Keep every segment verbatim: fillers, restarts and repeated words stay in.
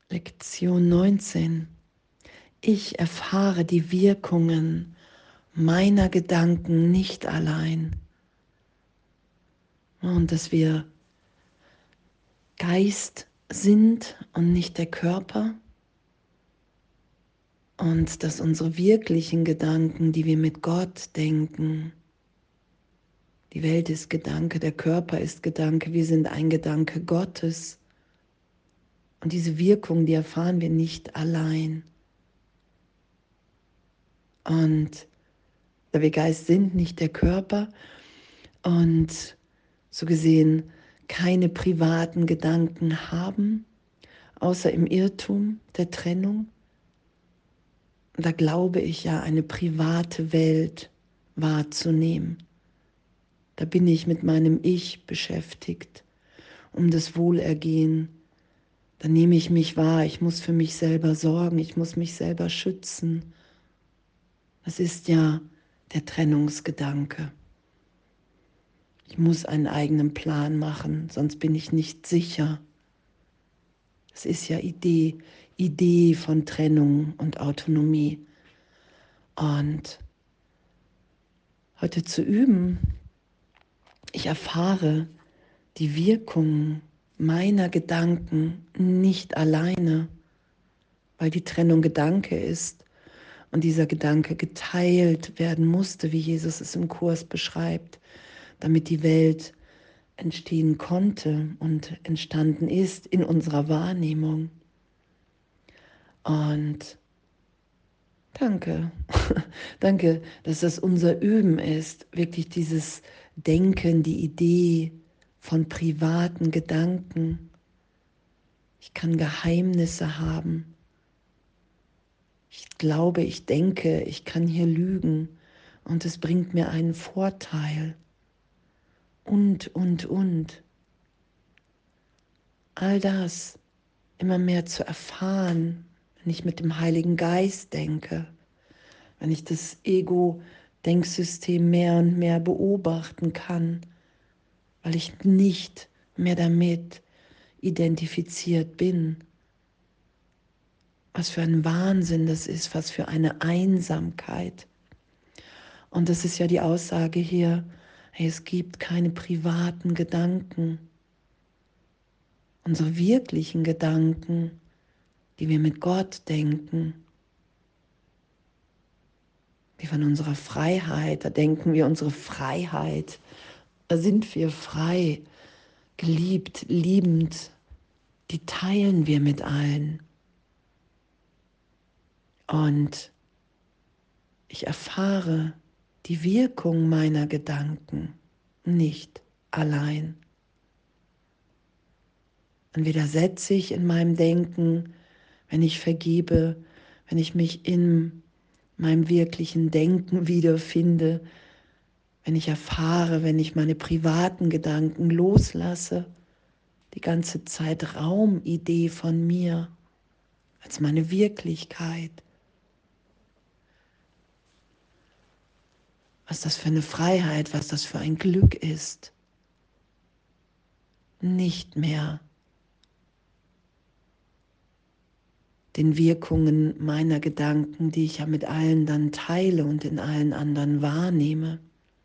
Lektion neunzehn. Ich erfahre die Wirkungen meiner Gedanken nicht allein. Und dass wir Geist sind und nicht der Körper. Und dass unsere wirklichen Gedanken, die wir mit Gott denken, die Welt ist Gedanke, der Körper ist Gedanke, wir sind ein Gedanke Gottes. Und diese Wirkung, die erfahren wir nicht allein. Und da wir Geist sind, nicht der Körper und so gesehen keine privaten Gedanken haben, außer im Irrtum der Trennung. Da glaube ich ja, eine private Welt wahrzunehmen. Da bin ich mit meinem Ich beschäftigt, um das Wohlergehen. Da nehme ich mich wahr, ich muss für mich selber sorgen, ich muss mich selber schützen. Das ist ja der Trennungsgedanke. Ich muss einen eigenen Plan machen, sonst bin ich nicht sicher. Das ist ja Idee, Idee von Trennung und Autonomie. Und heute zu üben, ich erfahre die Wirkung meiner Gedanken nicht alleine, weil die Trennung Gedanke ist und dieser Gedanke geteilt werden musste, wie Jesus es im Kurs beschreibt, damit die Welt entstehen konnte und entstanden ist in unserer Wahrnehmung. Und danke, danke, dass das unser Üben ist, wirklich dieses Denken, die Idee von privaten Gedanken. Ich kann Geheimnisse haben. Ich glaube, ich denke, ich kann hier lügen und es bringt mir einen Vorteil. Und, und, und. All das immer mehr zu erfahren, wenn ich mit dem Heiligen Geist denke, wenn ich das Ego-Denksystem mehr und mehr beobachten kann, weil ich nicht mehr damit identifiziert bin. Was für ein Wahnsinn das ist, was für eine Einsamkeit. Und das ist ja die Aussage hier, hey, es gibt keine privaten Gedanken. Unsere wirklichen Gedanken, die wir mit Gott denken, wie von unserer Freiheit, da denken wir unsere Freiheit, da sind wir frei, geliebt, liebend, die teilen wir mit allen. Und ich erfahre die Wirkung meiner Gedanken nicht allein. Und widersetze ich in meinem Denken, wenn ich vergebe, wenn ich mich in meinem wirklichen Denken wiederfinde, wenn ich erfahre, wenn ich meine privaten Gedanken loslasse, die ganze Zeit Raumidee von mir als meine Wirklichkeit. Was das für eine Freiheit, was das für ein Glück ist. Nicht mehr den Wirkungen meiner Gedanken, die ich ja mit allen dann teile und in allen anderen wahrnehme,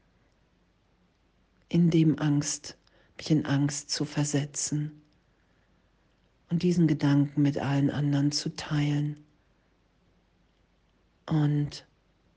in dem Angst, mich in Angst zu versetzen und diesen Gedanken mit allen anderen zu teilen. Und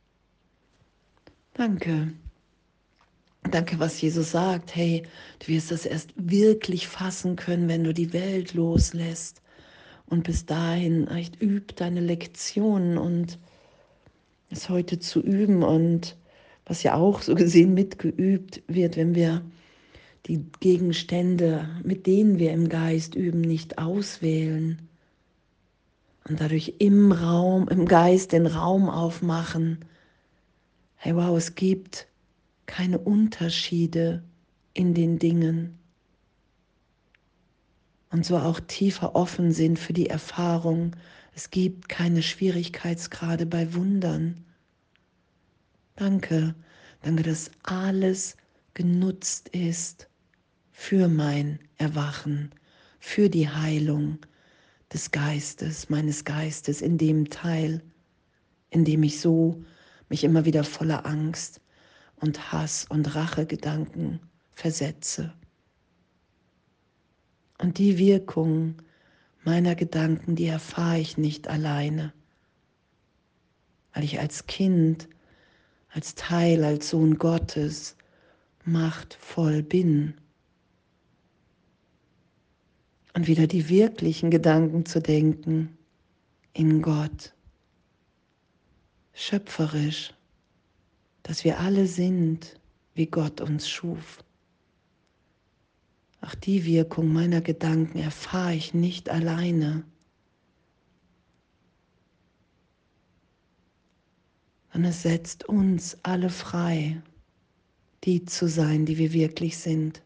danke, danke, was Jesus sagt, hey, du wirst das erst wirklich fassen können, wenn du die Welt loslässt. Und bis dahin, echt üb deine Lektionen und es heute zu üben und was ja auch so gesehen mitgeübt wird, wenn wir die Gegenstände, mit denen wir im Geist üben, nicht auswählen und dadurch im Raum, im Geist den Raum aufmachen. Hey, wow, es gibt keine Unterschiede in den Dingen und so auch tiefer offen sind für die Erfahrung. Es gibt keine Schwierigkeitsgrade bei Wundern. Danke, danke, dass alles genutzt ist für mein Erwachen, für die Heilung, des Geistes, meines Geistes, in dem Teil, in dem ich so mich immer wieder voller Angst und Hass und Rachegedanken versetze. Und die Wirkung meiner Gedanken, die erfahre ich nicht alleine, weil ich als Kind, als Teil, als Sohn Gottes machtvoll bin. Und wieder die wirklichen Gedanken zu denken in Gott, schöpferisch, dass wir alle sind, wie Gott uns schuf. Auch die Wirkung meiner Gedanken erfahre ich nicht alleine, sondern es setzt uns alle frei, die zu sein, die wir wirklich sind.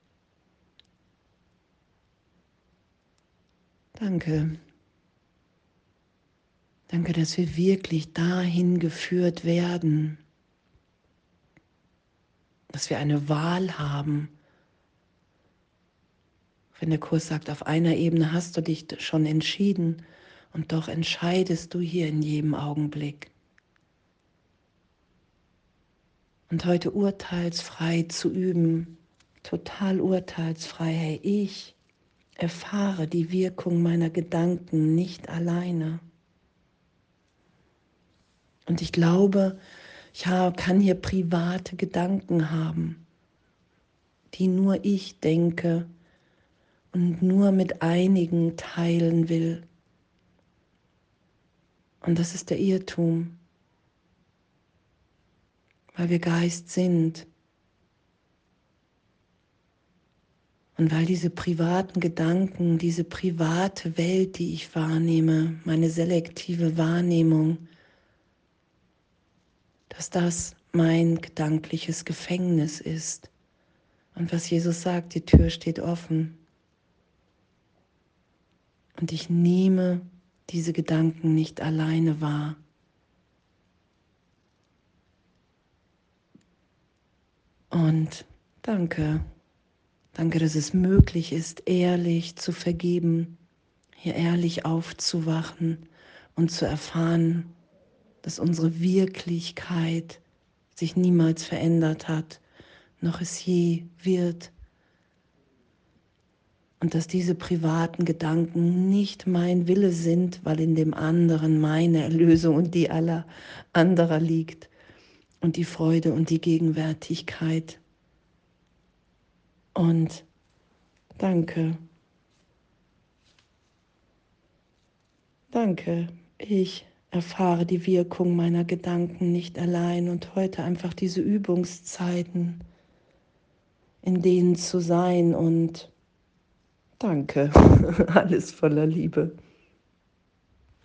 Danke. Danke, dass wir wirklich dahin geführt werden, dass wir eine Wahl haben. Wenn der Kurs sagt, auf einer Ebene hast du dich schon entschieden und doch entscheidest du hier in jedem Augenblick. Und heute urteilsfrei zu üben, total urteilsfrei, hey, ich erfahre die Wirkung meiner Gedanken nicht alleine. Und ich glaube, ich kann hier private Gedanken haben, die nur ich denke und nur mit einigen teilen will. Und das ist der Irrtum, weil wir Geist sind. Und weil diese privaten Gedanken, diese private Welt, die ich wahrnehme, meine selektive Wahrnehmung, dass das mein gedankliches Gefängnis ist. Und was Jesus sagt, die Tür steht offen. Und ich nehme diese Gedanken nicht alleine wahr. Und danke, danke, dass es möglich ist, ehrlich zu vergeben, hier ehrlich aufzuwachen und zu erfahren, dass unsere Wirklichkeit sich niemals verändert hat, noch es je wird. Und dass diese privaten Gedanken nicht mein Wille sind, weil in dem anderen meine Erlösung und die aller anderer liegt und die Freude und die Gegenwärtigkeit. Und danke, danke, ich erfahre die Wirkung meiner Gedanken nicht allein und heute einfach diese Übungszeiten, in denen zu sein und danke, alles voller Liebe.